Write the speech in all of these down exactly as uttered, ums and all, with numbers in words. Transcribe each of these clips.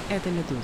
это «Медуза».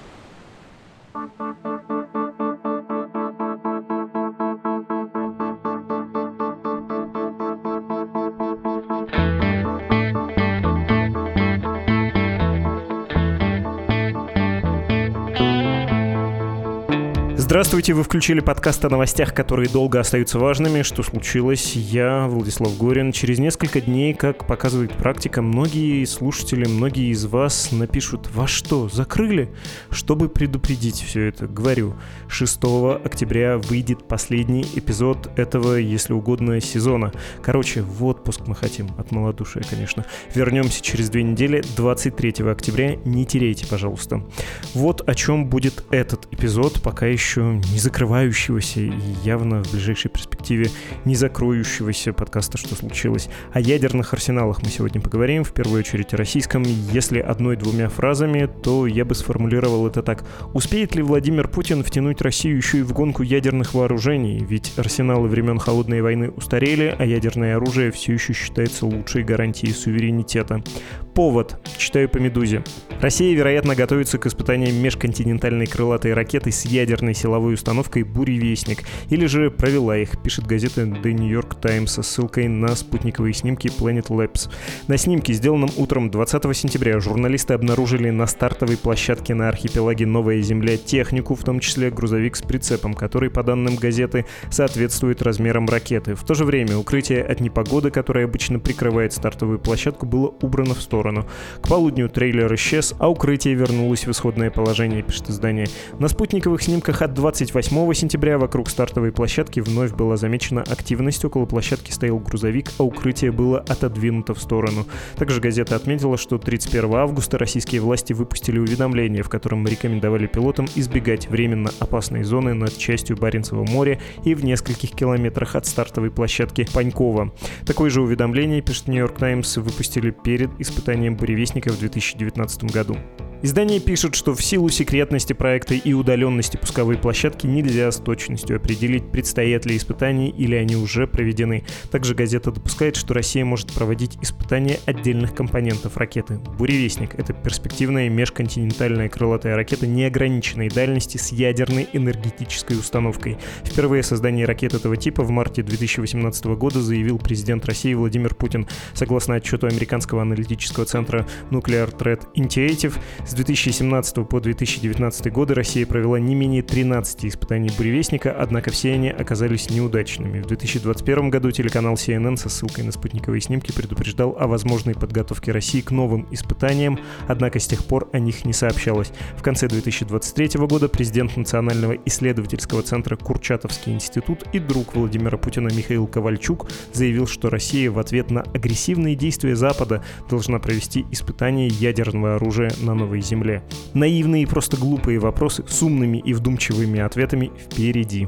Здравствуйте, вы включили подкаст о новостях, которые долго остаются важными. Что случилось? Я, Владислав Горин. Через несколько дней, как показывает практика, многие слушатели, многие из вас напишут: «Вас что, закрыли?» Чтобы предупредить все это, говорю, шестого октября выйдет последний эпизод этого, если угодно, сезона. Короче, в отпуск мы хотим, от малодушия, конечно. Вернемся через две недели, двадцать третьего октября. Не теряйте, пожалуйста. Вот о чем будет этот эпизод, пока еще не закрывающегося и явно в ближайшей перспективе не закроющегося подкаста «Что случилось?». О ядерных арсеналах мы сегодня поговорим, в первую очередь о российском. Если одной-двумя фразами, то я бы сформулировал это так: успеет ли Владимир Путин втянуть Россию еще и в гонку ядерных вооружений? Ведь арсеналы времен Холодной войны устарели, а ядерное оружие все еще считается лучшей гарантией суверенитета. Повод. Читаю по «Медузе». Россия, вероятно, готовится к испытаниям межконтинентальной крылатой ракеты с ядерной силовой установкой «Буревестник». Или же провела их, пишет газета The New York Times со ссылкой на спутниковые снимки Planet Labs. На снимке, сделанном утром двадцатого сентября, журналисты обнаружили на стартовой площадке на архипелаге Новая Земля технику, в том числе грузовик с прицепом, который, по данным газеты, соответствует размерам ракеты. В то же время укрытие от непогоды, которое обычно прикрывает стартовую площадку, было убрано в сторону. К полудню трейлер исчез, а укрытие вернулось в исходное положение, пишет издание. На спутниковых снимках от двадцать восьмого сентября вокруг стартовой площадки вновь была замечена активность. Около площадки стоял грузовик, а укрытие было отодвинуто в сторону. Также газета отметила, что тридцать первого августа российские власти выпустили уведомление, в котором рекомендовали пилотам избегать временно опасной зоны над частью Баренцева моря и в нескольких километрах от стартовой площадки Панькова. Такое же уведомление, пишет New York Times, выпустили перед испытанием «Буревестника» в две тысячи девятнадцатом году. Издание пишет, что в силу секретности проекта и удаленности пусковой площадки нельзя с точностью определить, предстоят ли испытания или они уже проведены. Также газета допускает, что Россия может проводить испытания отдельных компонентов ракеты. «Буревестник» — это перспективная межконтинентальная крылатая ракета неограниченной дальности с ядерной энергетической установкой. Впервые о создании ракет этого типа в марте две тысячи восемнадцатого года заявил президент России Владимир Путин. Согласно отчету американского аналитического центра Nuclear Threat Initiative, с две тысячи семнадцатого по две тысячи девятнадцатый годы Россия провела не менее тринадцати испытаний «Буревестника», однако все они оказались неудачными. В две тысячи двадцать первом году телеканал си эн эн со ссылкой на спутниковые снимки предупреждал о возможной подготовке России к новым испытаниям, однако с тех пор о них не сообщалось. В конце две тысячи двадцать третьего года президент Национального исследовательского центра Курчатовский институт и друг Владимира Путина Михаил Ковальчук заявил, что Россия в ответ на агрессивные действия Запада должна провести испытания ядерного оружия на новой Земле. Наивные и просто глупые вопросы с умными и вдумчивыми ответами впереди.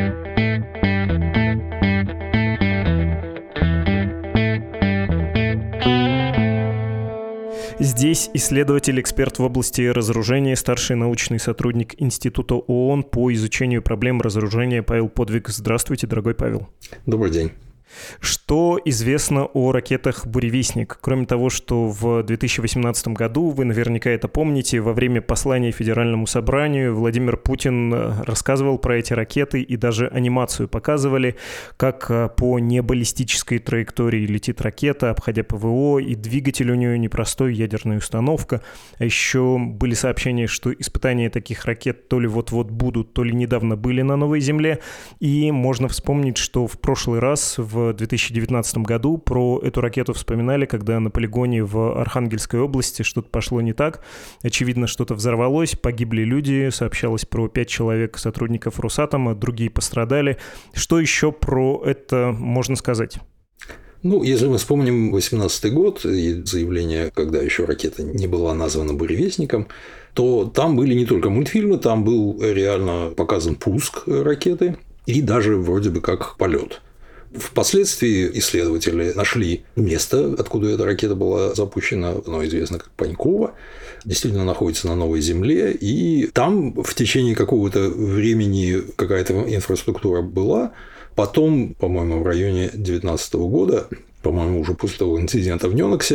Здесь исследователь-эксперт в области разоружения, старший научный сотрудник Института ООН по изучению проблем разоружения Павел Подвиг. Здравствуйте, дорогой Павел. Добрый день. Что известно о ракетах «Буревестник»? Кроме того, что в две тысячи восемнадцатом году, вы наверняка это помните, во время послания Федеральному собранию Владимир Путин рассказывал про эти ракеты и даже анимацию показывали, как по небаллистической траектории летит ракета, обходя ПВО, и двигатель у нее непростой, ядерная установка. А еще были сообщения, что испытания таких ракет то ли вот-вот будут, то ли недавно были на Новой Земле. И можно вспомнить, что в прошлый раз, в В две тысячи девятнадцатом году про эту ракету вспоминали, когда на полигоне в Архангельской области что-то пошло не так. Очевидно, что-то взорвалось, погибли люди, сообщалось про пять человек сотрудников Росатома, другие пострадали. Что еще про это можно сказать? Ну, если мы вспомним восемнадцатый год и заявление, когда еще ракета не была названа «Буревестником», то там были не только мультфильмы, там был реально показан пуск ракеты и даже вроде бы как полет. Впоследствии исследователи нашли место, откуда эта ракета была запущена, оно известно как Панькова, действительно находится на Новой Земле, и там в течение какого-то времени какая-то инфраструктура была. Потом, по-моему, в районе две тысячи девятнадцатого года, по-моему, уже после того инцидента в Нёноксе,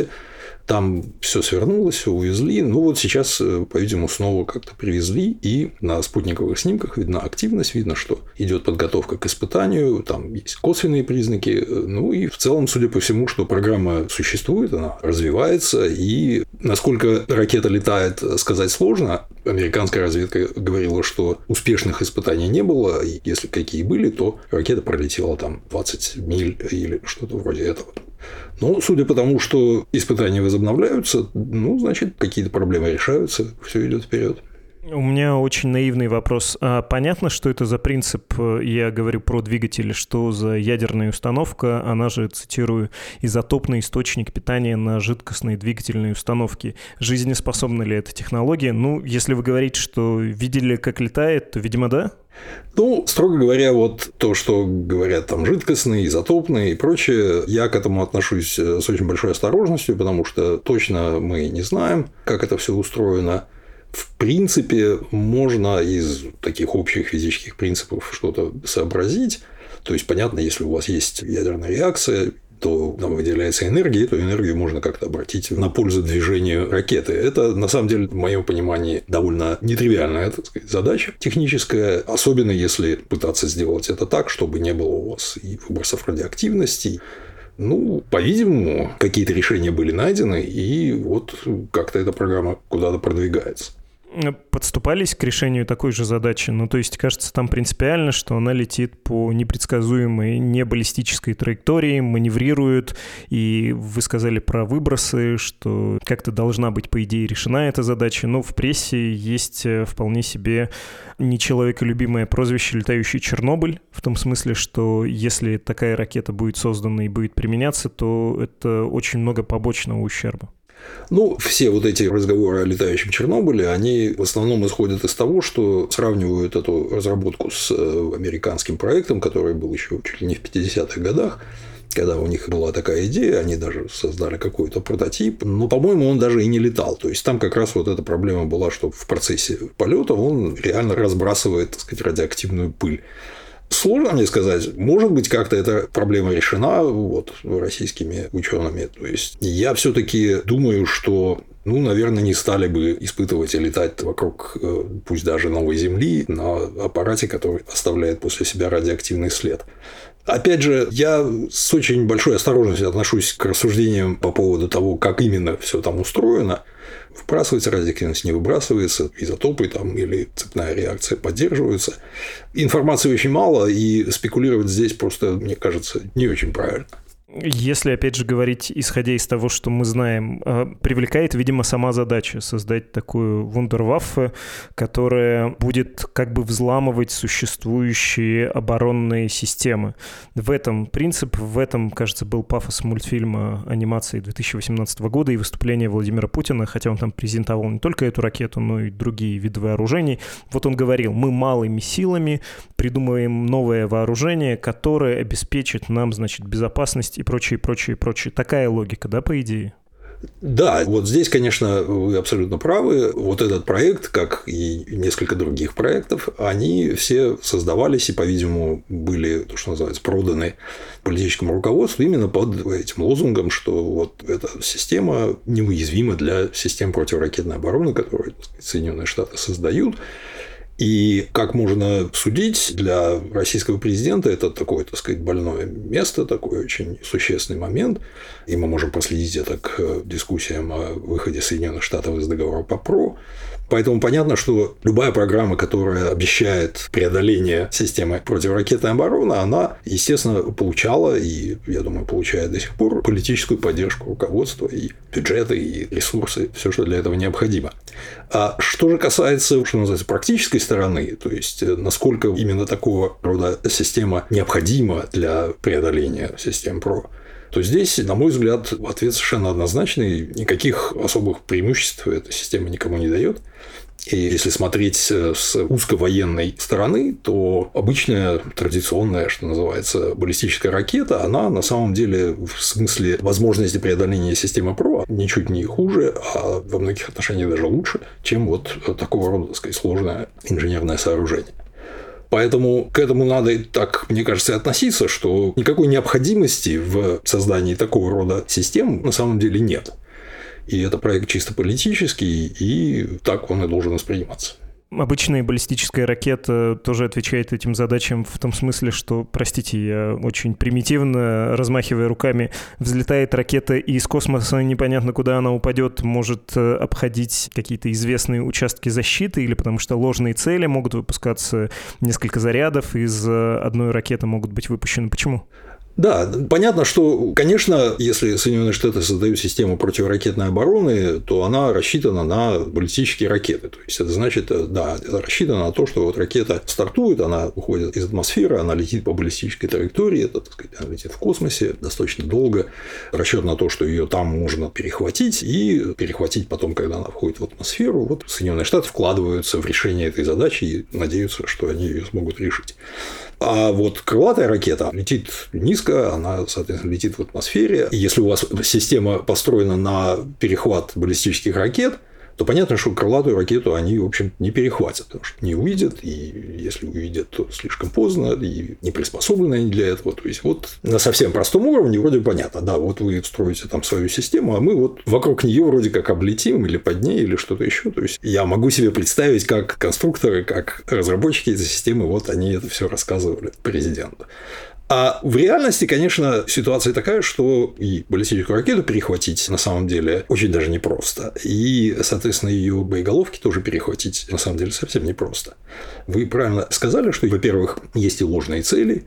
Там все свернулось, все увезли. Ну, вот сейчас, по-видимому, снова как-то привезли. И на спутниковых снимках видна активность, видно, что идет подготовка к испытанию, там есть косвенные признаки. Ну, и в целом, судя по всему, что программа существует, она развивается. И насколько ракета летает, сказать сложно. Американская разведка говорила, что успешных испытаний не было. И если какие были, то ракета пролетела там двадцать миль или что-то вроде этого. Но, судя по тому, что испытания возобновляются, ну, значит, какие-то проблемы решаются, все идет вперед. У меня очень наивный вопрос. А понятно, что это за принцип, я говорю про двигатели, что за ядерная установка, она же, цитирую, изотопный источник питания на жидкостные двигательные установки. Жизнеспособна ли эта технология? Ну, если вы говорите, что видели, как летает, то, видимо, да? Ну, строго говоря, вот то, что говорят там жидкостные, изотопные и прочее, я к этому отношусь с очень большой осторожностью, потому что точно мы не знаем, как это все устроено. В принципе, можно из таких общих физических принципов что-то сообразить. То есть, понятно, если у вас есть ядерная реакция, то там выделяется энергия, эту энергию можно как-то обратить на пользу движению ракеты. Это, на самом деле, в моем понимании, довольно нетривиальная, так сказать, задача техническая, особенно если пытаться сделать это так, чтобы не было у вас и выбросов радиоактивности. Ну, по-видимому, какие-то решения были найдены, и вот как-то эта программа куда-то продвигается. Подступались к решению такой же задачи? Ну, то есть, кажется, там принципиально, что она летит по непредсказуемой, не баллистической траектории, маневрирует, и вы сказали про выбросы, что как-то должна быть, по идее, решена эта задача, но в прессе есть вполне себе нечеловеколюбимое прозвище «летающий Чернобыль», в том смысле, что если такая ракета будет создана и будет применяться, то это очень много побочного ущерба. Ну, все вот эти разговоры о летающем Чернобыле, они в основном исходят из того, что сравнивают эту разработку с американским проектом, который был еще чуть ли не в пятидесятых годах, когда у них была такая идея, они даже создали какой-то прототип, но, по-моему, он даже и не летал. То есть, там как раз вот эта проблема была, что в процессе полета он реально разбрасывает, так сказать, радиоактивную пыль. Сложно мне сказать. Может быть, как-то эта проблема решена вот, российскими учеными. То есть, я все-таки думаю, что, ну, наверное, не стали бы испытывать и летать вокруг, пусть даже новой Земли, на аппарате, который оставляет после себя радиоактивный след. Опять же, я с очень большой осторожностью отношусь к рассуждениям по поводу того, как именно все там устроено. Выбрасывается радиоактивность, не выбрасывается, изотопы там или цепная реакция поддерживаются. Информации очень мало, и спекулировать здесь просто, мне кажется, не очень правильно. Если, опять же, говорить, исходя из того, что мы знаем, привлекает, видимо, сама задача создать такую вундерваффе, которая будет как бы взламывать существующие оборонные системы. В этом принцип, в этом, кажется, был пафос мультфильма анимации две тысячи восемнадцатого года и выступления Владимира Путина, хотя он там презентовал не только эту ракету, но и другие виды вооружений. Вот он говорил, мы малыми силами придумываем новое вооружение, которое обеспечит нам, значит, безопасность и прочее, прочее, прочее. Такая логика, да, по идее? Да, вот здесь, конечно, вы абсолютно правы. Вот этот проект, как и несколько других проектов, они все создавались и, по-видимому, были, то, что называется, проданы политическому руководству именно под этим лозунгом, что вот эта система неуязвима для систем противоракетной обороны, которые, так сказать, Соединенные Штаты создают. И, как можно судить, для российского президента это такое, так сказать, больное место, такой очень существенный момент. И мы можем проследить это к дискуссиям о выходе Соединенных Штатов из договора по ПРО. Поэтому понятно, что любая программа, которая обещает преодоление системы противоракетной обороны, она, естественно, получала и, я думаю, получает до сих пор политическую поддержку руководства и бюджеты, и ресурсы, все, что для этого необходимо. А что же касается, что называется, практической стороны, то есть насколько именно такого рода система необходима для преодоления систем ПРО, то здесь, на мой взгляд, ответ совершенно однозначный. Никаких особых преимуществ эта система никому не дает. И если смотреть с узковоенной стороны, то обычная традиционная, что называется, баллистическая ракета, она на самом деле в смысле возможности преодоления системы ПРО ничуть не хуже, а во многих отношениях даже лучше, чем вот такого рода, так сказать, сложное инженерное сооружение. Поэтому к этому надо, так, мне кажется, и относиться, что никакой необходимости в создании такого рода систем на самом деле нет. И это проект чисто политический, и так он и должен восприниматься. Обычная баллистическая ракета тоже отвечает этим задачам в том смысле, что, простите, я очень примитивно, размахивая руками, взлетает ракета, и из космоса непонятно, куда она упадет, может обходить какие-то известные участки защиты, или потому что ложные цели могут выпускаться, несколько зарядов из одной ракеты могут быть выпущены. Почему? Да, понятно, что, конечно, если Соединенные Штаты создают систему противоракетной обороны, то она рассчитана на баллистические ракеты. То есть, это значит, да, это рассчитано на то, что вот ракета стартует, она уходит из атмосферы, она летит по баллистической траектории, это, так сказать, она летит в космосе достаточно долго. Расчет на то, что ее там можно перехватить, и перехватить потом, когда она входит в атмосферу. Вот Соединенные Штаты вкладываются в решение этой задачи и надеются, что они ее смогут решить. А вот крылатая ракета летит низко, она, соответственно, летит в атмосфере. И если у вас система построена на перехват баллистических ракет, то понятно, что крылатую ракету они, в общем, не перехватят, потому что не увидят, и если увидят, то слишком поздно, и не приспособлены они для этого. То есть, вот на совсем простом уровне вроде понятно, да, вот вы строите там свою систему, а мы вот вокруг нее вроде как облетим, или под ней, или что-то еще. То есть, я могу себе представить, как конструкторы, как разработчики этой системы, вот они это все рассказывали президенту. А в реальности, конечно, ситуация такая, что и баллистическую ракету перехватить на самом деле очень даже непросто. И, соответственно, ее боеголовки тоже перехватить на самом деле совсем непросто. Вы правильно сказали, что, во-первых, есть и ложные цели,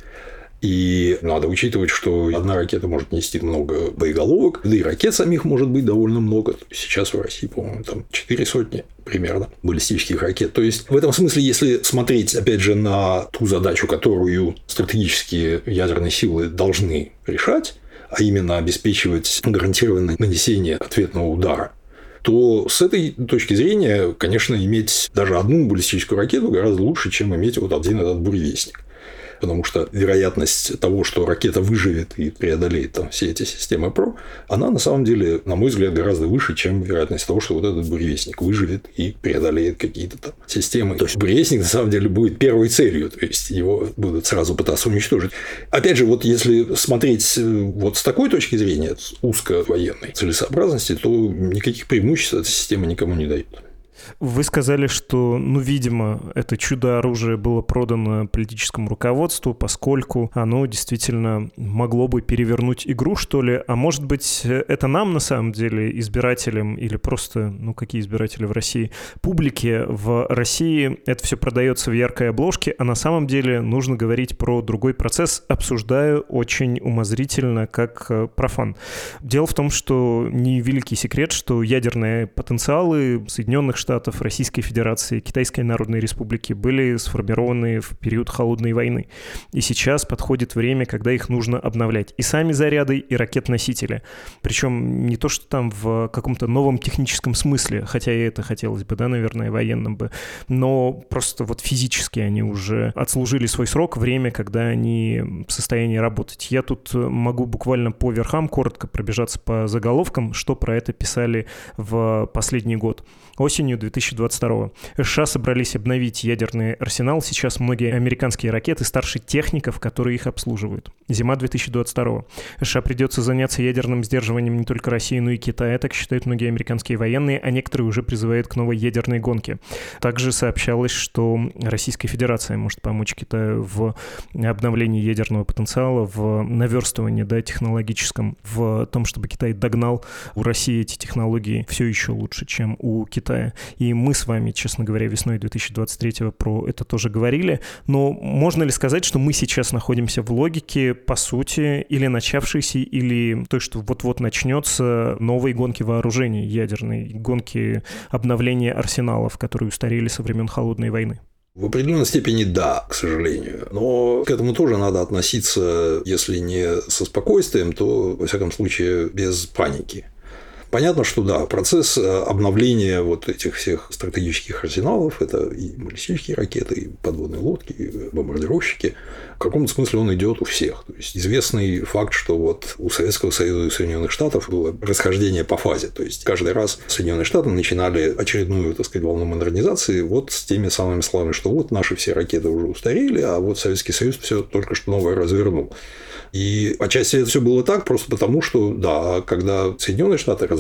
и надо учитывать, что одна ракета может нести много боеголовок, да и ракет самих может быть довольно много. Сейчас в России, по-моему, там четыре сотни примерно баллистических ракет. То есть, в этом смысле, если смотреть, опять же, на ту задачу, которую стратегические ядерные силы должны решать, а именно обеспечивать гарантированное нанесение ответного удара, то с этой точки зрения, конечно, иметь даже одну баллистическую ракету гораздо лучше, чем иметь вот один этот буревестник. Потому что вероятность того, что ракета выживет и преодолеет там все эти системы ПРО, она на самом деле, на мой взгляд, гораздо выше, чем вероятность того, что вот этот буревестник выживет и преодолеет какие-то там системы. То есть, буревестник на самом деле будет первой целью, то есть, его будут сразу пытаться уничтожить. Опять же, вот если смотреть вот с такой точки зрения, с узковоенной целесообразности, то никаких преимуществ эта система никому не дает. Вы сказали, что, ну, видимо, это чудо-оружие было продано политическому руководству, поскольку оно действительно могло бы перевернуть игру, что ли. А может быть, это нам, на самом деле, избирателям, или просто, ну, какие избиратели в России, публике в России это все продается в яркой обложке, а на самом деле нужно говорить про другой процесс, обсуждаю очень умозрительно, как профан. Дело в том, что не великий секрет, что ядерные потенциалы Соединенных Штатов, Российской Федерации, Китайской Народной Республики были сформированы в период Холодной войны. И сейчас подходит время, когда их нужно обновлять. И сами заряды, и ракет-носители. Причем не то, что там в каком-то новом техническом смысле, хотя и это хотелось бы, да, наверное, военным бы, но просто вот физически они уже отслужили свой срок, время, когда они в состоянии работать. Я тут могу буквально по верхам коротко пробежаться по заголовкам, что про это писали в последний год. Осенью две тысячи двадцать второго США собрались обновить ядерный арсенал. Сейчас многие американские ракеты старше техников, которые их обслуживают. Зима две тысячи двадцать второго США придется заняться ядерным сдерживанием не только России, но и Китая, так считают многие американские военные, а некоторые уже призывают к новой ядерной гонке. Также сообщалось, что Российская Федерация может помочь Китаю в обновлении ядерного потенциала, в наверстывании, да, технологическом, в том, чтобы Китай догнал. У России эти технологии все еще лучше, чем у Китая. И мы с вами, честно говоря, весной две тысячи двадцать третьего про это тоже говорили. Но можно ли сказать, что мы сейчас находимся в логике, по сути, или начавшейся, или той, что вот-вот начнется новой гонки вооружений, ядерной гонки обновления арсеналов, которые устарели со времен Холодной войны? В определенной степени да, к сожалению. Но к этому тоже надо относиться, если не со спокойствием, то, во всяком случае, без паники. Понятно, что да, процесс обновления вот этих всех стратегических арсеналов, это и баллистические ракеты, и подводные лодки, и бомбардировщики, в каком-то смысле он идет у всех. То есть, известный факт, что вот у Советского Союза и Соединенных Штатов было расхождение по фазе. То есть, каждый раз Соединенные Штаты начинали очередную, так сказать, волну модернизации вот с теми самыми словами, что вот наши все ракеты уже устарели, а вот Советский Союз все только что новое развернул. И отчасти это все было так, просто потому что, да, когда Соединенные Штаты развернули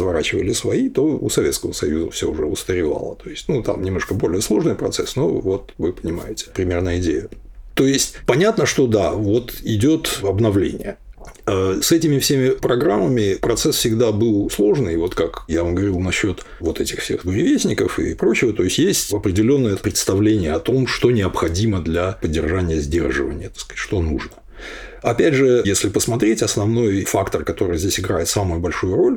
разворачивали свои, то у Советского Союза все уже устаревало. То есть, ну, там немножко более сложный процесс, но вот вы понимаете примерно идею. То есть, понятно, что да, вот идет обновление. С этими всеми программами процесс всегда был сложный. Вот как я вам говорил насчет вот этих всех буревестников и прочего. То есть, есть определенное представление о том, что необходимо для поддержания сдерживания, так сказать, что нужно. Опять же, если посмотреть, основной фактор, который здесь играет самую большую роль,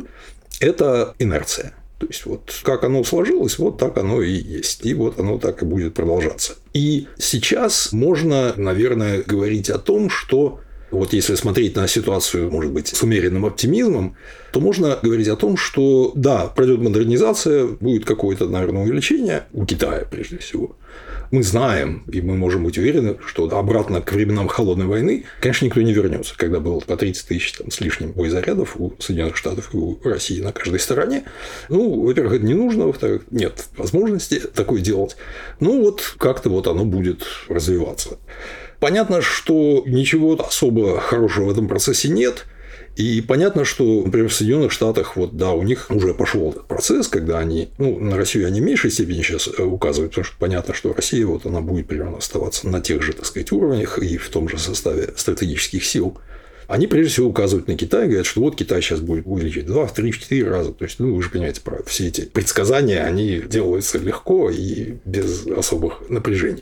это инерция. То есть, вот как оно сложилось, вот так оно и есть. И вот оно так и будет продолжаться. И сейчас можно, наверное, говорить о том, что вот если смотреть на ситуацию, может быть, с умеренным оптимизмом, то можно говорить о том, что да, пройдет модернизация, будет какое-то, наверное, увеличение у Китая, прежде всего. Мы знаем, и мы можем быть уверены, что обратно к временам холодной войны, конечно, никто не вернется, когда было по тридцать тысяч там, с лишним боезарядов у Соединенных Штатов и у России на каждой стороне. Ну, во-первых, это не нужно, во-вторых, нет возможности такое делать. Ну, вот как-то вот оно будет развиваться. Понятно, что ничего особо хорошего в этом процессе нет. И понятно, что, например, в Соединенных Штатах, вот, да, у них уже пошел этот процесс, когда они, ну, на Россию они в меньшей степени сейчас указывают, потому что понятно, что Россия, вот, она будет примерно оставаться на тех же, так сказать, уровнях и в том же составе стратегических сил. Они, прежде всего, указывают на Китай, говорят, что вот Китай сейчас будет увеличить в два, в три, в четыре раза. То есть, ну, вы же понимаете, про все эти предсказания, они делаются легко и без особых напряжений.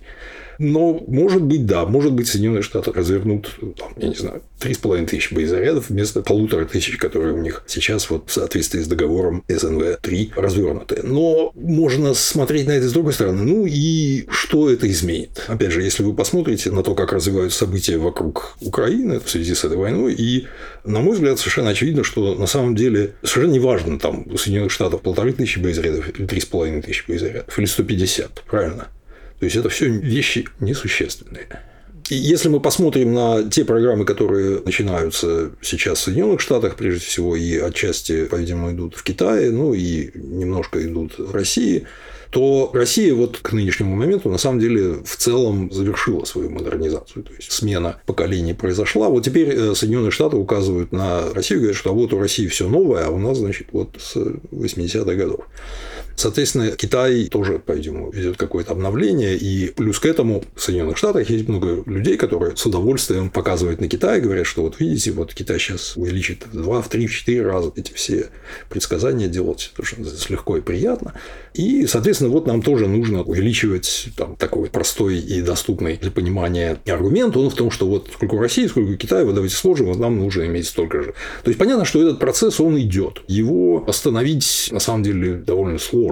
Но, может быть, да, может быть, Соединенные Штаты развернут, там, я не знаю, три с половиной тысячи боезарядов вместо полутора тысяч, которые у них сейчас вот в соответствии с договором эс эн вэ три развернуты. Но можно смотреть на это с другой стороны. Ну и что это изменит? Опять же, если вы посмотрите на то, как развиваются события вокруг Украины в связи с этой войной, и, на мой взгляд, совершенно очевидно, что на самом деле совершенно неважно, там у Соединенных Штатов полторы тысячи боезарядов или три с половиной тысячи боезарядов или сто пятьдесят, правильно? То есть, это все вещи несущественные. И если мы посмотрим на те программы, которые начинаются сейчас в Соединенных Штатах, прежде всего, и отчасти, по-видимому, идут в Китае, ну и немножко идут в России, то Россия вот к нынешнему моменту на самом деле в целом завершила свою модернизацию. То есть, смена поколений произошла. Вот теперь Соединенные Штаты указывают на Россию и говорят, что вот у России все новое, а у нас, значит, вот с восьмидесятых годов. Соответственно, Китай тоже, по-видимому, ведет какое-то обновление, и плюс к этому в Соединенных Штатах есть много людей, которые с удовольствием показывают на Китай и говорят, что вот видите, вот Китай сейчас увеличит в два, в три, в четыре раза эти все предсказания делать, потому что это легко и приятно. И, соответственно, вот нам тоже нужно увеличивать там, такой простой и доступный для понимания аргумент. Он в том, что вот сколько у России, сколько у Китая, вот давайте сложим, вот нам нужно иметь столько же. То есть, понятно, что этот процесс, он идет. Его остановить, на самом деле, довольно сложно.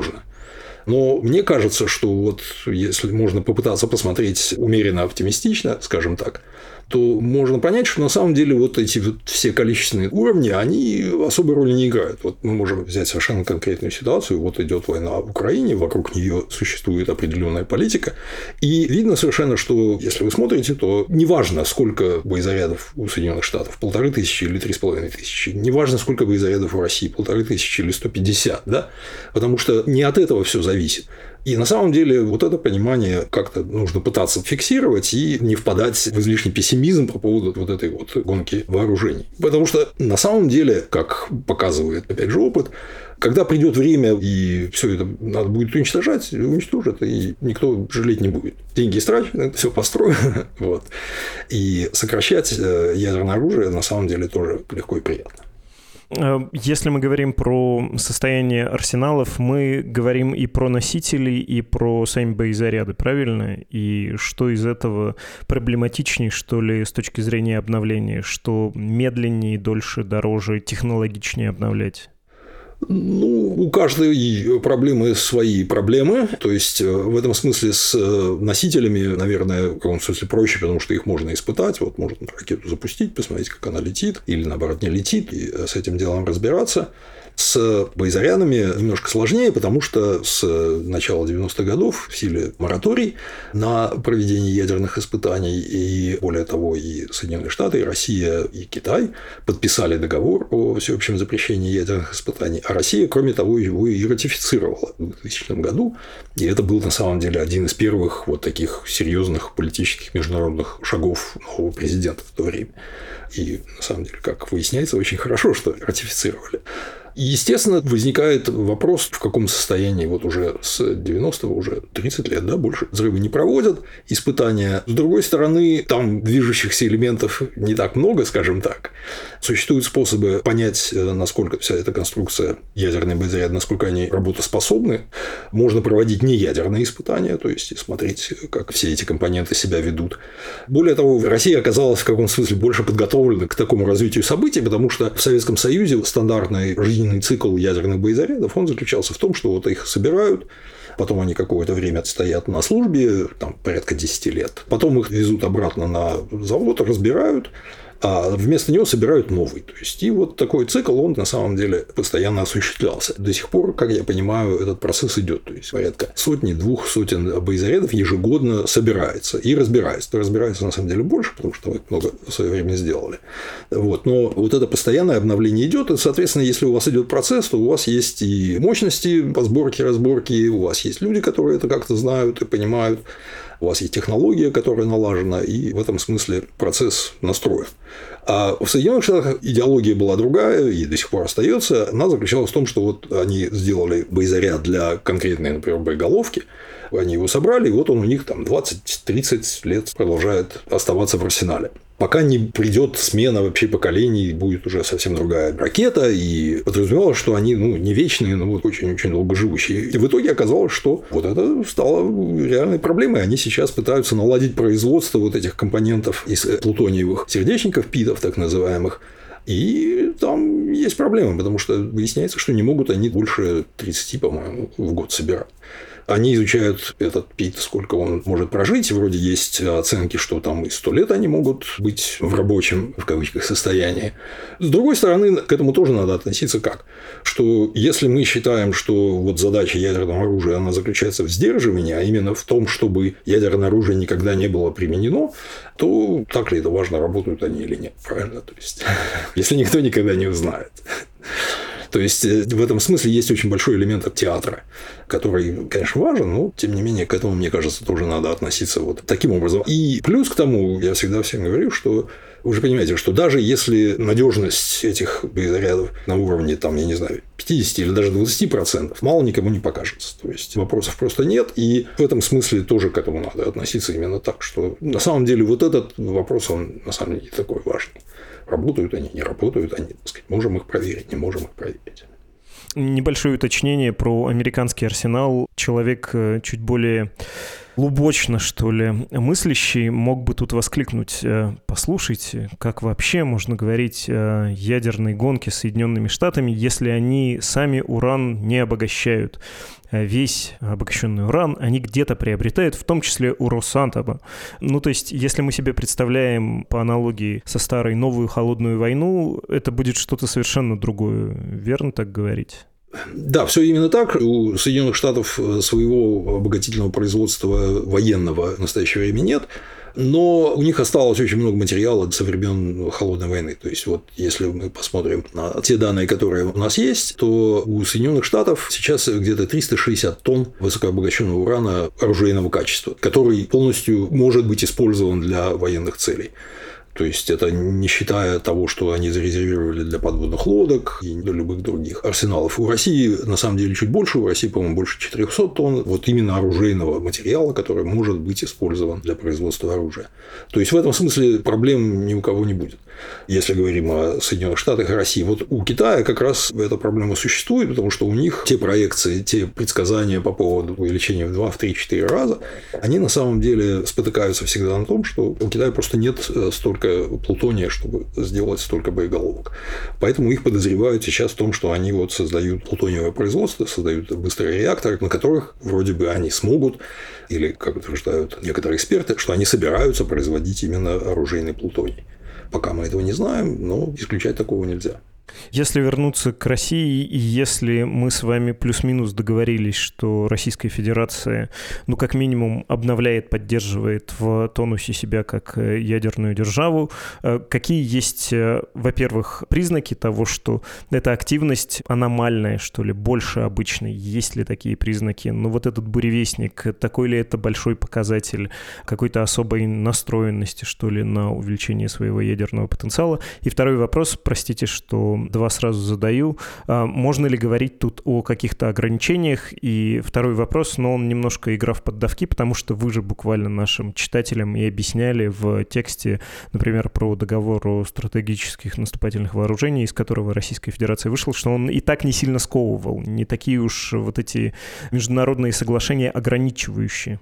Но мне кажется, что вот если можно попытаться посмотреть умеренно оптимистично, скажем так, то можно понять, что на самом деле вот эти вот все количественные уровни, они особой роли не играют. Вот мы можем взять совершенно конкретную ситуацию. Вот идет война в Украине, вокруг нее существует определенная политика. И видно совершенно, что если вы смотрите, то неважно, сколько боезарядов у Соединенных Штатов, полторы тысячи или три с половиной тысячи, неважно, сколько боезарядов у России, полторы тысячи или сто пятьдесят, да, потому что не от этого все зависит. И на самом деле вот это понимание как-то нужно пытаться фиксировать и не впадать в излишний пессимизм по поводу вот этой вот гонки вооружений. Потому что на самом деле, как показывает опять же опыт, когда придет время и все это надо будет уничтожать, уничтожат, и никто жалеть не будет. Деньги истрачены, все построено. Вот. И сокращать ядерное оружие на самом деле тоже легко и приятно. Если мы говорим про состояние арсеналов, мы говорим и про носители, и про сами боезаряды, правильно? И что из этого проблематичнее, что ли, с точки зрения обновления? Что медленнее, дольше, дороже, технологичнее обновлять? Ну, у каждой проблемы свои проблемы. То есть, в этом смысле с носителями, наверное, в каком-то смысле проще, потому что их можно испытать. Вот можно ракету запустить, посмотреть, как она летит, или наоборот не летит, и с этим делом разбираться. С боезарядами немножко сложнее, потому что с начала девяностых годов в силе мораторий на проведение ядерных испытаний, и более того, и Соединенные Штаты, и Россия, и Китай подписали договор о всеобщем запрещении ядерных испытаний, а Россия, кроме того, его и ратифицировала в двухтысячном году, и это был на самом деле один из первых вот таких серьезных политических международных шагов нового президента в то время. И на самом деле, как выясняется, очень хорошо, что ратифицировали. Естественно, возникает вопрос, в каком состоянии вот уже с девяностого, уже тридцать лет, да, больше взрывы не проводят, испытания. С другой стороны, там движущихся элементов не так много, скажем так. Существуют способы понять, насколько вся эта конструкция ядерный боезаряд, насколько они работоспособны. Можно проводить неядерные испытания, то есть смотреть, как все эти компоненты себя ведут. Более того, Россия оказалась в каком смысле больше подготовлена к такому развитию событий, потому что в Советском Союзе стандартный жизненный цикл ядерных боезарядов, он заключался в том, что вот их собирают, потом они какое-то время стоят на службе, там порядка десять лет, потом их везут обратно на завод, разбирают, а вместо него собирают новый. То есть, и вот такой цикл, он на самом деле постоянно осуществлялся. До сих пор, как я понимаю, этот процесс идет. То есть, порядка сотни-двух сотен боезарядов ежегодно собирается и разбирается. Разбирается, на самом деле, больше, потому что мы много в свое время сделали. Вот. Но вот это постоянное обновление идет, и, соответственно, если у вас идет процесс, то у вас есть и мощности по сборке, разборке, у вас есть люди, которые это как-то знают и понимают. У вас есть технология, которая налажена, и в этом смысле процесс настроен. А в Соединенных Штатах идеология была другая, и до сих пор остается. Она заключалась в том, что вот они сделали боезаряд для конкретной, например, боеголовки, они его собрали, и вот он у них там двадцать-тридцать лет продолжает оставаться в арсенале. Пока не придет смена вообще поколений, будет уже совсем другая ракета, и подразумевалось, что они ну, не вечные, но вот очень-очень долгоживущие. И в итоге оказалось, что вот это стало реальной проблемой. Они сейчас пытаются наладить производство вот этих компонентов из плутониевых сердечников, питов так называемых. И там есть проблемы, потому что выясняется, что не могут они больше тридцати, по-моему, в год собирать. Они изучают этот пит, сколько он может прожить. Вроде есть оценки, что там и сто лет они могут быть в рабочем, в кавычках, состоянии. С другой стороны, к этому тоже надо относиться как? Что если мы считаем, что вот задача ядерного оружия, она заключается в сдерживании, а именно в том, чтобы ядерное оружие никогда не было применено, то так ли это важно, работают они или нет? Правильно? То есть, если никто никогда не узнает. То есть, в этом смысле есть очень большой элемент театра, который, конечно, важен, но, тем не менее, к этому, мне кажется, тоже надо относиться вот таким образом. И плюс к тому, я всегда всем говорю, что вы же понимаете, что даже если надежность этих боезарядов на уровне, там, я не знаю, пятьдесят или даже двадцать процентов, мало никому не покажется. То есть, вопросов просто нет. И в этом смысле тоже к этому надо относиться именно так, что на самом деле вот этот вопрос, он на самом деле не такой важный. Работают они, не работают они, так сказать, можем их проверить, не можем их проверить. Небольшое уточнение про американский арсенал. Человек чуть более глубочно, что ли, мыслящий мог бы тут воскликнуть: послушайте, как вообще можно говорить о ядерной гонке с Соединенными Штатами, если они сами уран не обогащают? Весь обогащенный уран они где-то приобретают, в том числе у Росатома. Ну, то есть, если мы себе представляем по аналогии со старой новую холодную войну, это будет что-то совершенно другое. Верно так говорить? Да, все именно так. У Соединенных Штатов своего обогатительного производства военного в настоящее время нет. Но у них осталось очень много материала со времен Холодной войны. То есть, вот если мы посмотрим на те данные, которые у нас есть, то у Соединенных Штатов сейчас где-то триста шестьдесят тонн высокообогащенного урана оружейного качества, который полностью может быть использован для военных целей. То есть, это не считая того, что они зарезервировали для подводных лодок и для любых других арсеналов. У России, на самом деле, чуть больше. У России, по-моему, больше четыреста тонн вот именно оружейного материала, который может быть использован для производства оружия. То есть, в этом смысле проблем ни у кого не будет. Если говорим о Соединенных Штатах и России. Вот у Китая как раз эта проблема существует, потому что у них те проекции, те предсказания по поводу увеличения в два, в три, в четыре раза, они на самом деле спотыкаются всегда на том, что у Китая просто нет столько плутония, чтобы сделать столько боеголовок. Поэтому их подозревают сейчас в том, что они вот создают плутониевое производство, создают быстрые реакторы, на которых вроде бы они смогут, или, как утверждают некоторые эксперты, что они собираются производить именно оружейный плутоний. Пока мы этого не знаем, но исключать такого нельзя. Если вернуться к России, и если мы с вами плюс-минус договорились, что Российская Федерация, ну, как минимум, обновляет, поддерживает в тонусе себя как ядерную державу, какие есть, во-первых, признаки того, что эта активность аномальная, что ли, больше обычной? Есть ли такие признаки? Ну, вот этот буревестник, такой ли это большой показатель какой-то особой настроенности, что ли, на увеличение своего ядерного потенциала? И второй вопрос, простите, что поэтому два сразу задаю. Можно ли говорить тут о каких-то ограничениях? И второй вопрос, но он немножко игра в поддавки, потому что вы же буквально нашим читателям и объясняли в тексте, например, про договор о стратегических наступательных вооружениях, из которого Российская Федерация вышла, что он и так не сильно сковывал, не такие уж вот эти международные соглашения ограничивающие.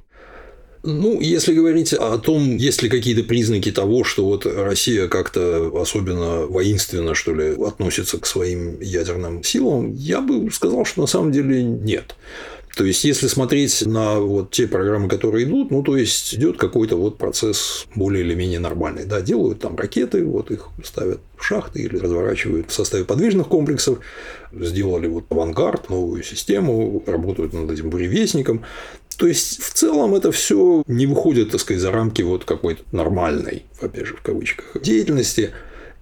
Ну, если говорить о том, есть ли какие-то признаки того, что вот Россия как-то особенно воинственно, что ли, относится к своим ядерным силам, я бы сказал, что на самом деле нет. То есть, если смотреть на вот те программы, которые идут, ну, то есть, идет какой-то вот процесс более или менее нормальный. Да, делают там ракеты, вот их ставят в шахты или разворачивают в составе подвижных комплексов, сделали вот «Авангард», новую систему, работают над этим буревестником. То есть, в целом, это все не выходит, так сказать, за рамки вот какой-то нормальной, опять же, в кавычках, деятельности.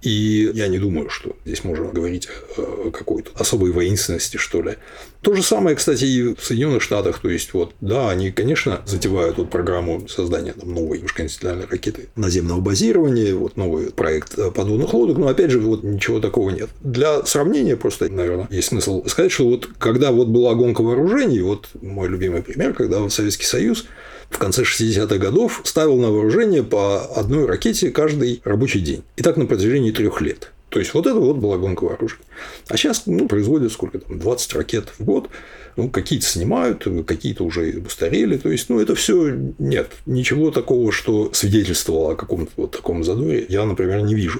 И я не думаю, что здесь можно говорить о какой-то особой воинственности, что ли. То же самое, кстати, и в Соединенных Штатах. То есть, вот, да, они, конечно, затевают вот программу создания там, новой межконтинентальной ракеты наземного базирования, вот новый проект подводных лодок, но, опять же, вот ничего такого нет. Для сравнения просто, наверное, есть смысл сказать, что вот когда вот была гонка вооружений, вот мой любимый пример, когда вот Советский Союз в конце шестидесятых годов ставил на вооружение по одной ракете каждый рабочий день. И так на протяжении трех лет. То есть, вот это вот была гонка вооружений. А сейчас ну, производят сколько там, двадцать ракет в год. Ну, какие-то снимают, какие-то уже устарели. То есть, ну, это все нет. Ничего такого, что свидетельствовало о каком-то вот таком задоре, я, например, не вижу.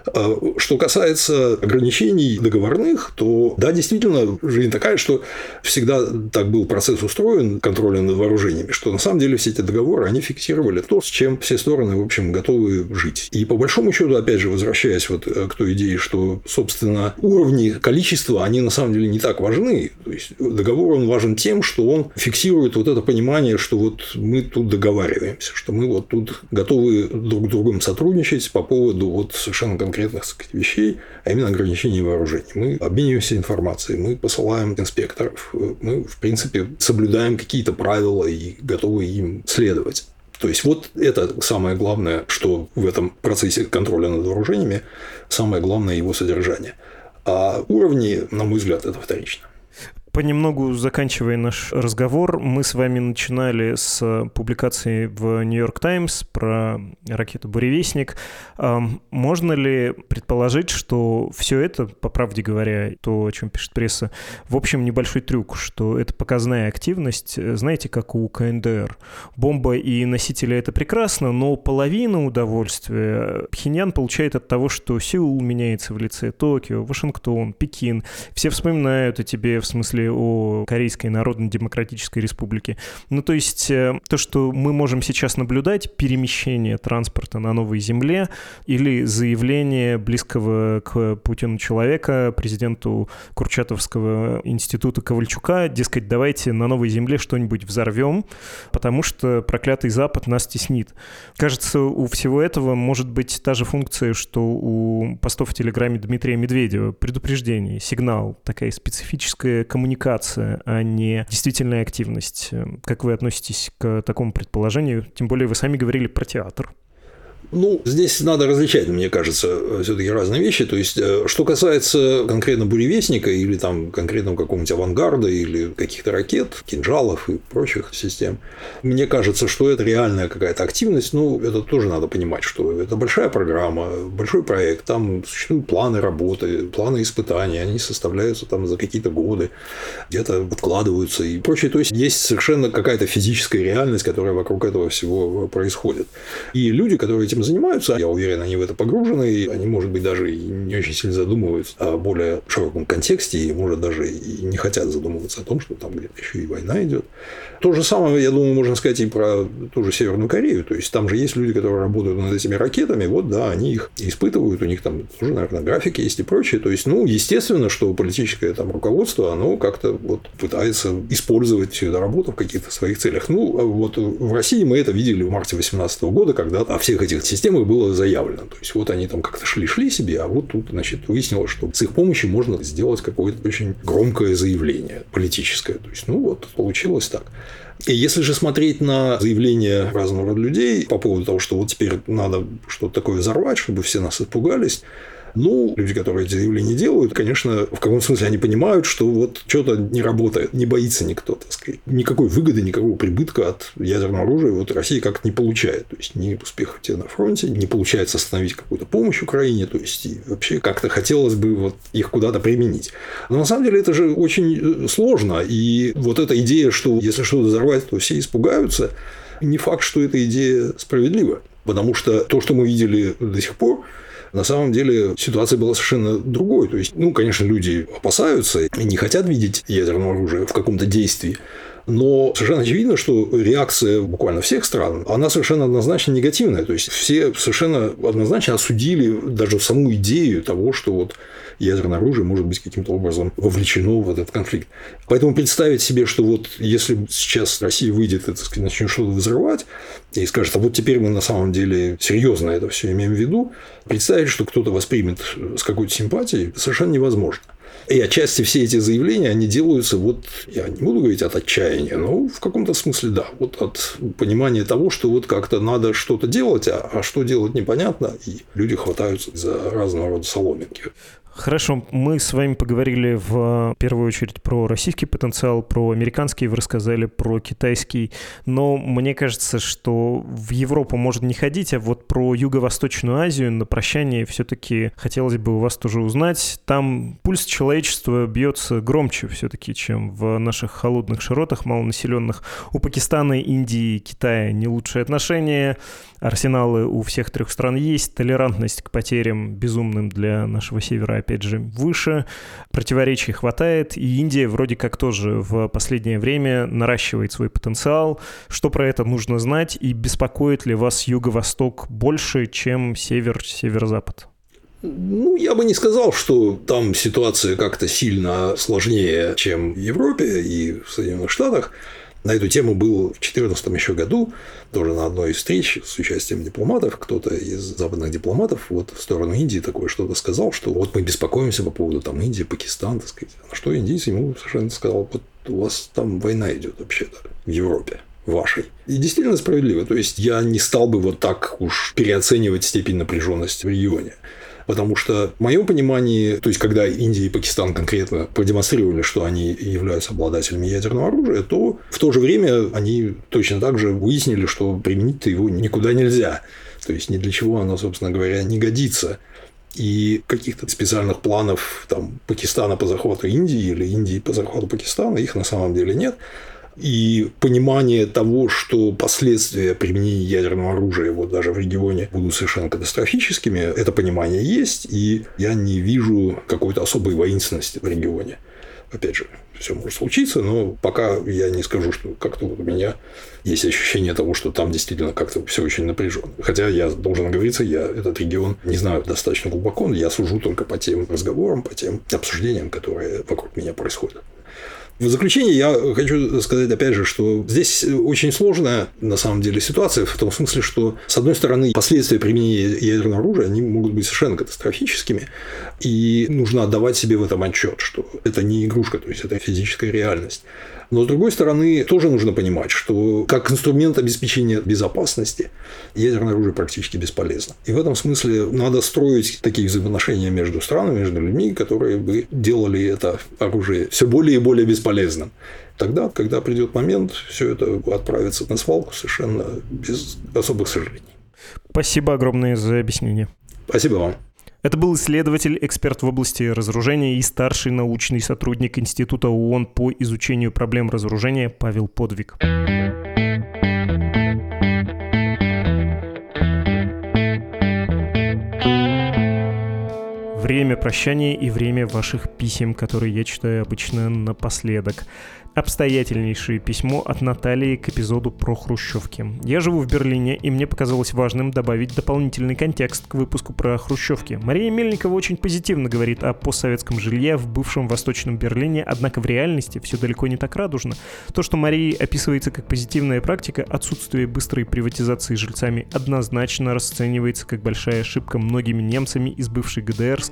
Что касается ограничений договорных, то да, действительно, жизнь такая, что всегда так был процесс устроен, контроля над вооружениями, что на самом деле все эти договоры, они фиксировали то, с чем все стороны, в общем, готовы жить. И по большому счету, опять же, возвращаясь вот к той идее, что, собственно, уровни количества, они на самом деле не так важны. То есть, договор, он важен тем, что он фиксирует вот это понимание, что вот мы тут договариваемся, что мы вот тут готовы друг с другом сотрудничать по поводу вот совершенно конкретных конкретных, так сказать, вещей, а именно ограничения вооружений. Мы обмениваемся информацией, мы посылаем инспекторов, мы, в принципе, соблюдаем какие-то правила и готовы им следовать. То есть, вот это самое главное, что в этом процессе контроля над вооружениями, самое главное его содержание. А уровни, на мой взгляд, это вторично. Понемногу заканчивая наш разговор, мы с вами начинали с публикации в «Нью-Йорк Таймс» про ракету «Буревестник». Можно ли предположить, что все это, по правде говоря, то, о чем пишет пресса, в общем, небольшой трюк, что это показная активность, знаете, как у ка эн дэ эр. Бомба и носители — это прекрасно, но половину удовольствия Пхеньян получает от того, что Сеул меняется в лице Токио, Вашингтон, Пекин. Все вспоминают о тебе, в смысле, о Корейской Народно-Демократической Республике. Ну, то есть, то, что мы можем сейчас наблюдать, перемещение транспорта на новой земле или заявление близкого к Путину человека, президенту Курчатовского института Ковальчука, дескать, давайте на новой земле что-нибудь взорвем, потому что проклятый Запад нас теснит. Кажется, у всего этого может быть та же функция, что у постов в Телеграме Дмитрия Медведева. Предупреждение, сигнал, такая специфическая коммуникация, а не действительная активность. Как вы относитесь к такому предположению? Тем более вы сами говорили про театр. Ну, здесь надо различать, мне кажется, все-таки разные вещи. То есть, что касается конкретно буревестника или там конкретного какого-нибудь авангарда или каких-то ракет, кинжалов и прочих систем, мне кажется, что это реальная какая-то активность. Ну, это тоже надо понимать, что это большая программа, большой проект, там существуют планы работы, планы испытаний, они составляются там за какие-то годы, где-то откладываются и прочее. То есть, есть совершенно какая-то физическая реальность, которая вокруг этого всего происходит. И люди, которые этим занимаются, я уверен, они в это погружены, и они, может быть, даже и не очень сильно задумываются о более широком контексте, и, может, даже и не хотят задумываться о том, что там где-то еще и война идет. То же самое, я думаю, можно сказать и про ту же Северную Корею. То есть, там же есть люди, которые работают над этими ракетами, вот, да, они их испытывают, у них там тоже, наверное, графики есть и прочее. То есть, ну, естественно, что политическое там руководство, оно как-то вот пытается использовать всю эту работу в каких-то своих целях. Ну, вот в России мы это видели в марте две тысячи восемнадцатого года, когда о всех этих системах было заявлено. То есть, вот они там как-то шли-шли себе, а вот тут, значит, выяснилось, что с их помощью можно сделать какое-то очень громкое заявление политическое. То есть, ну, вот получилось так. И если же смотреть на заявления разного рода людей по поводу того, что вот теперь надо что-то такое взорвать, чтобы все нас испугались, Ну, люди, которые эти заявления делают, конечно, в каком смысле они понимают, что вот что-то не работает, не боится никто, так сказать. Никакой выгоды, никакого прибытка от ядерного оружия вот Россия как-то не получает. То есть, ни успехов на фронте, не получается остановить какую-то помощь Украине, то есть, и вообще как-то хотелось бы вот их куда-то применить. Но на самом деле это же очень сложно. И вот эта идея, что если что-то взорвать, то все испугаются, не факт, что эта идея справедлива. Потому что то, что мы видели до сих пор, на самом деле ситуация была совершенно другой. То есть, ну, конечно, люди опасаются и не хотят видеть ядерное оружие в каком-то действии. Но совершенно очевидно, что реакция буквально всех стран, она совершенно однозначно негативная. То есть, все совершенно однозначно осудили даже саму идею того, что вот ядерное оружие может быть каким-то образом вовлечено в этот конфликт. Поэтому представить себе, что вот если сейчас Россия выйдет и, так сказать, начнет что-то взрывать и скажет, а вот теперь мы на самом деле серьезно это все имеем в виду, представить, что кто-то воспримет с какой-то симпатией, совершенно невозможно. И отчасти все эти заявления, они делаются, вот, я не буду говорить от отчаяния, но в каком-то смысле, да, вот от понимания того, что вот как-то надо что-то делать, а, а что делать непонятно, и люди хватаются за разного рода соломинки. Хорошо, мы с вами поговорили в первую очередь про российский потенциал, про американский, вы рассказали про китайский, но мне кажется, что в Европу можно не ходить, а вот про Юго-Восточную Азию на прощание все-таки хотелось бы у вас тоже узнать. Там пульс человечества бьется громче все-таки, чем в наших холодных широтах малонаселенных. У Пакистана, Индии, Китая не лучшие отношения, арсеналы у всех трех стран есть, толерантность к потерям безумным для нашего севера, опять же, выше, противоречий хватает, и Индия вроде как тоже в последнее время наращивает свой потенциал. Что про это нужно знать, и беспокоит ли вас Юго-Восток больше, чем север, северо-запад? Ну, я бы не сказал, что там ситуация как-то сильно сложнее, чем в Европе и в Соединенных Штатах. На эту тему был в две тысячи четырнадцатом еще году, тоже на одной из встреч с участием дипломатов, кто-то из западных дипломатов вот в сторону Индии такое что-то сказал, что вот мы беспокоимся по поводу там Индии, Пакистана, так сказать. На что индийцы ему совершенно сказал, вот у вас там война идет вообще-то в Европе. Вашей. И действительно справедливо. То есть, я не стал бы вот так уж переоценивать степень напряженности в регионе. Потому что, в моем понимании, то есть, когда Индия и Пакистан конкретно продемонстрировали, что они являются обладателями ядерного оружия, то в то же время они точно так же выяснили, что применить-то его никуда нельзя. То есть, ни для чего оно, собственно говоря, не годится. И каких-то специальных планов там, Пакистана по захвату Индии или Индии по захвату Пакистана, их на самом деле нет. И понимание того, что последствия применения ядерного оружия вот даже в регионе будут совершенно катастрофическими, это понимание есть, и я не вижу какой-то особой воинственности в регионе. Опять же, все может случиться, но пока я не скажу, что как-то вот у меня есть ощущение того, что там действительно как-то все очень напряженно. Хотя я должен оговориться, я этот регион не знаю достаточно глубоко, я сужу только по тем разговорам, по тем обсуждениям, которые вокруг меня происходят. В заключение я хочу сказать, опять же, что здесь очень сложная, на самом деле, ситуация в том смысле, что, с одной стороны, последствия применения ядерного оружия, они могут быть совершенно катастрофическими, и нужно отдавать себе в этом отчет, что это не игрушка, то есть, это физическая реальность. Но, с другой стороны, тоже нужно понимать, что как инструмент обеспечения безопасности ядерное оружие практически бесполезно. И в этом смысле надо строить такие взаимоотношения между странами, между людьми, которые бы делали это оружие все более и более бесполезным. Тогда, когда придет момент, все это отправится на свалку совершенно без особых сожалений. Спасибо огромное за объяснение. Спасибо вам. Это был исследователь, эксперт в области разоружения и старший научный сотрудник Института ООН по изучению проблем разоружения Павел Подвиг. Время прощания и время ваших писем, которые я читаю обычно напоследок. Обстоятельнейшее письмо от Натальи к эпизоду про хрущевки. Я живу в Берлине, и мне показалось важным добавить дополнительный контекст к выпуску про хрущевки. Мария Мельникова очень позитивно говорит о постсоветском жилье в бывшем Восточном Берлине, однако в реальности все далеко не так радужно. То, что Марии описывается как позитивная практика, отсутствие быстрой приватизации жильцами, однозначно расценивается как большая ошибка многими немцами из бывшей ГДР, сказанной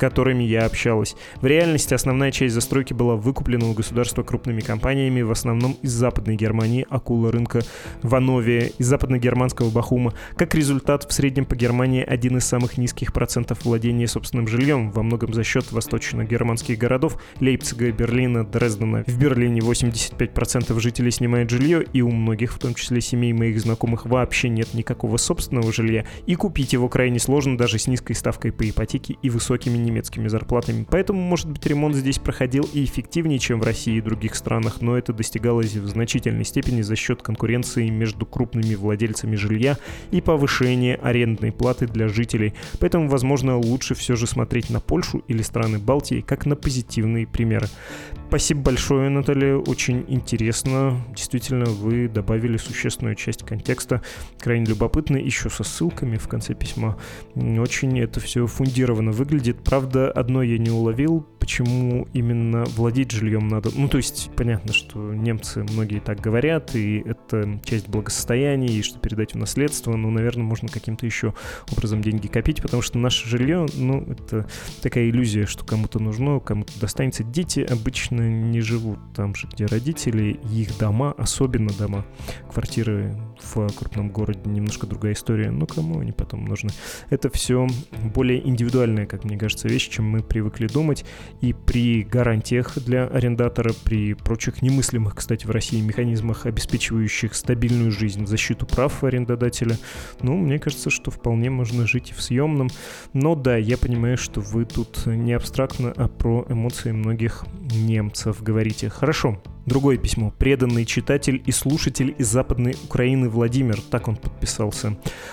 которыми я общалась. В реальности основная часть застройки была выкуплена у государства крупными компаниями, в основном из Западной Германии, акула рынка Вановия, из западногерманского Бахума. Как результат, в среднем по Германии один из самых низких процентов владения собственным жильем, во многом за счет восточно-германских городов Лейпцига, Берлина, Дрездена. В Берлине восемьдесят пять процентов жителей снимают жилье, и у многих, в том числе семей моих знакомых, вообще нет никакого собственного жилья, и купить его крайне сложно даже с низкой ставкой по ипотеке и высокими немецкими зарплатами. Поэтому, может быть, ремонт здесь проходил и эффективнее, чем в России и других странах, но это достигалось в значительной степени за счет конкуренции между крупными владельцами жилья и повышения арендной платы для жителей. Поэтому, возможно, лучше все же смотреть на Польшу или страны Балтии как на позитивные примеры. Спасибо большое, Наталья, очень интересно. Действительно, вы добавили существенную часть контекста, крайне любопытно, еще со ссылками в конце письма. Очень это все фундированно выглядит. Правда, одно я не уловил, почему именно владеть жильем надо. Ну, то есть, понятно, что немцы многие так говорят, и это часть благосостояния, и что передать в наследство, но, наверное, можно каким-то еще образом деньги копить, потому что наше жилье, ну, это такая иллюзия, что кому-то нужно, кому-то достанется. Дети обычно не живут там же, где родители, и их дома, особенно дома. Квартиры в крупном городе немножко другая история, но кому они потом нужны? Это все более индивидуальная, как мне кажется, вещь, чем мы привыкли думать, и при гарантиях для арендатора, при прочих немыслимых, кстати, в России механизмах, обеспечивающих стабильную жизнь, защиту прав арендодателя, ну, мне кажется, что вполне можно жить и в съемном. Но да, я понимаю, что вы тут не абстрактно, а про эмоции многих немцев говорите. Хорошо. Другое письмо. Преданный читатель и слушатель из Западной Украины Владимир. Так он подписался.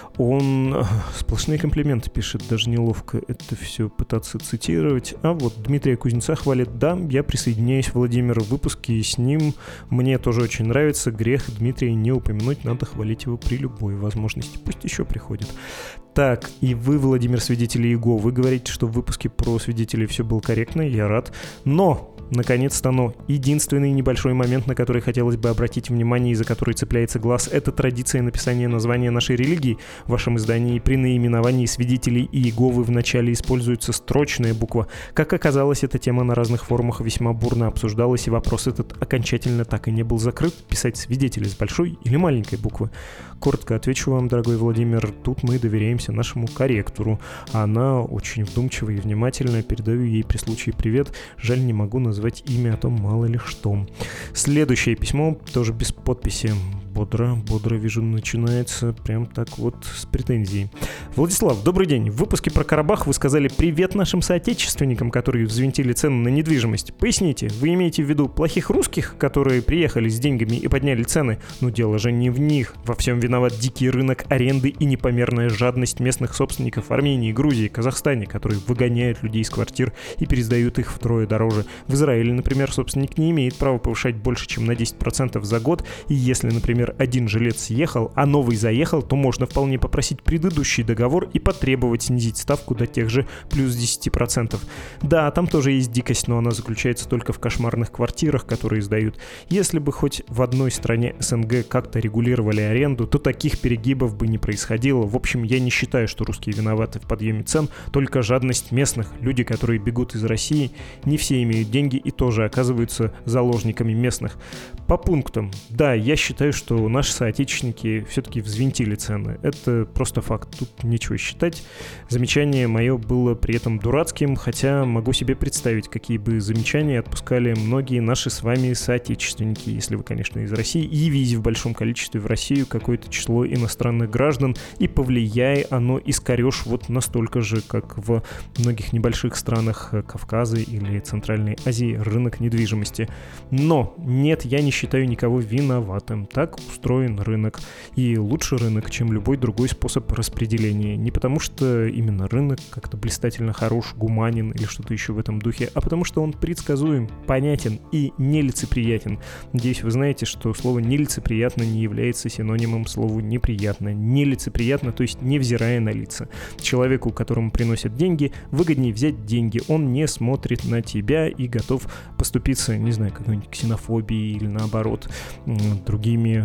Он сплошные комплименты пишет, даже неловко это все пытаться цитировать. А вот Дмитрия Кузнеца хвалит. Да, я присоединяюсь, Владимир, в выпуске с ним. Мне тоже очень нравится. Грех Дмитрия не упомянуть, надо хвалить его при любой возможности. Пусть еще приходит. Так, и вы, Владимир, свидетели Иеговы, вы говорите, что в выпуске про свидетелей все было корректно, я рад. Но... Наконец-то, но единственный небольшой момент, на который хотелось бы обратить внимание и за который цепляется глаз, это традиция написания названия нашей религии. В вашем издании при наименовании свидетелей Иеговы в начале используется строчная буква. Как оказалось, эта тема на разных форумах весьма бурно обсуждалась, и вопрос этот окончательно так и не был закрыт. Писать свидетели с большой или маленькой буквы? Коротко отвечу вам, дорогой Владимир, тут мы доверяемся нашему корректору. Она очень вдумчива и внимательна, передаю ей при случае привет. Жаль, не могу назвать имя, а то мало ли что. Следующее письмо, тоже без подписи. Бодро, бодро, вижу, начинается прям так вот с претензией. Владислав, добрый день. В выпуске про Карабах вы сказали привет нашим соотечественникам, которые взвинтили цены на недвижимость. Поясните, вы имеете в виду плохих русских, которые приехали с деньгами и подняли цены? Но дело же не в них. Во всем виноват дикий рынок аренды и непомерная жадность местных собственников в Армении, Грузии, Казахстане, которые выгоняют людей из квартир и пересдают их втрое дороже. В Израиле, например, собственник не имеет права повышать больше, чем на десять процентов за год, и если, например, один жилец съехал, а новый заехал, то можно вполне попросить предыдущий договор и потребовать снизить ставку до тех же плюс десять процентов. Да, там тоже есть дикость, но она заключается только в кошмарных квартирах, которые сдают. Если бы хоть в одной стране СНГ как-то регулировали аренду, то таких перегибов бы не происходило. В общем, я не считаю, что русские виноваты в подъеме цен, только жадность местных. Люди, которые бегут из России, не все имеют деньги и тоже оказываются заложниками местных. По пунктам. Да, я считаю, что наши соотечественники все-таки взвинтили цены. Это просто факт. Тут нечего считать. Замечание мое было при этом дурацким, хотя могу себе представить, какие бы замечания отпускали многие наши с вами соотечественники, если вы, конечно, из России, и явись в большом количестве в Россию какое-то число иностранных граждан, и повлияя оно искорёшь вот настолько же, как в многих небольших странах Кавказа или Центральной Азии рынок недвижимости. Но нет, я не считаю никого виноватым. Так устроен рынок. И лучше рынок, чем любой другой способ распределения. Не потому, что именно рынок как-то блистательно хорош, гуманен или что-то еще в этом духе, а потому, что он предсказуем, понятен и нелицеприятен. Надеюсь, вы знаете, что слово «нелицеприятно» не является синонимом слову «неприятно». Нелицеприятно, то есть невзирая на лица. Человеку, которому приносят деньги, выгоднее взять деньги. Он не смотрит на тебя и готов поступиться, не знаю, какой-нибудь ксенофобией или наоборот другими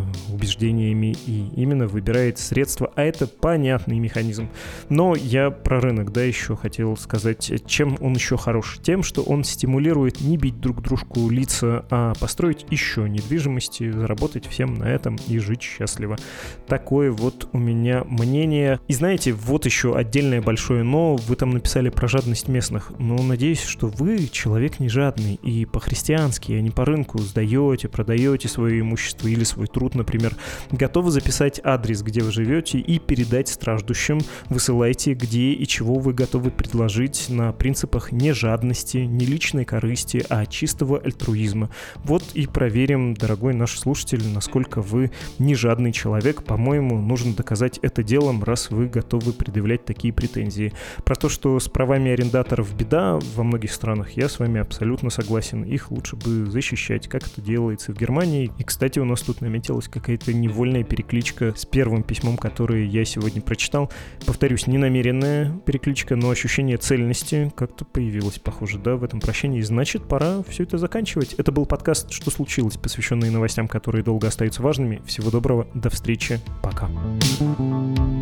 убеждениями и именно выбирает средства, а это понятный механизм. Но я про рынок, да, еще хотел сказать, чем он еще хорош? Тем, что он стимулирует не бить друг дружку лица, а построить еще недвижимости, заработать всем на этом и жить счастливо. Такое вот у меня мнение. И знаете, вот еще отдельное большое но. Вы там написали про жадность местных. Но надеюсь, что вы человек не жадный и по-христиански, а не по рынку сдаете, продаете свое имущество или свой труд, например. Готовы записать адрес, где вы живете, и передать страждущим. Высылайте, где и чего вы готовы предложить на принципах не жадности, не личной корысти, а чистого альтруизма. Вот и проверим, дорогой наш слушатель, насколько вы не жадный человек. По-моему, нужно доказать это делом, раз вы готовы предъявлять такие претензии. Про то, что с правами арендаторов беда во многих странах, я с вами абсолютно согласен. Их лучше бы защищать, как это делается в Германии. И, кстати, у нас тут наметилась какая-то невольная перекличка с первым письмом, которое я сегодня прочитал. Повторюсь, не намеренная перекличка, но ощущение цельности как-то появилось, похоже, да, в этом прощении. Значит, пора все это заканчивать. Это был подкаст «Что случилось?», посвященный новостям, которые долго остаются важными. Всего доброго, до встречи, пока.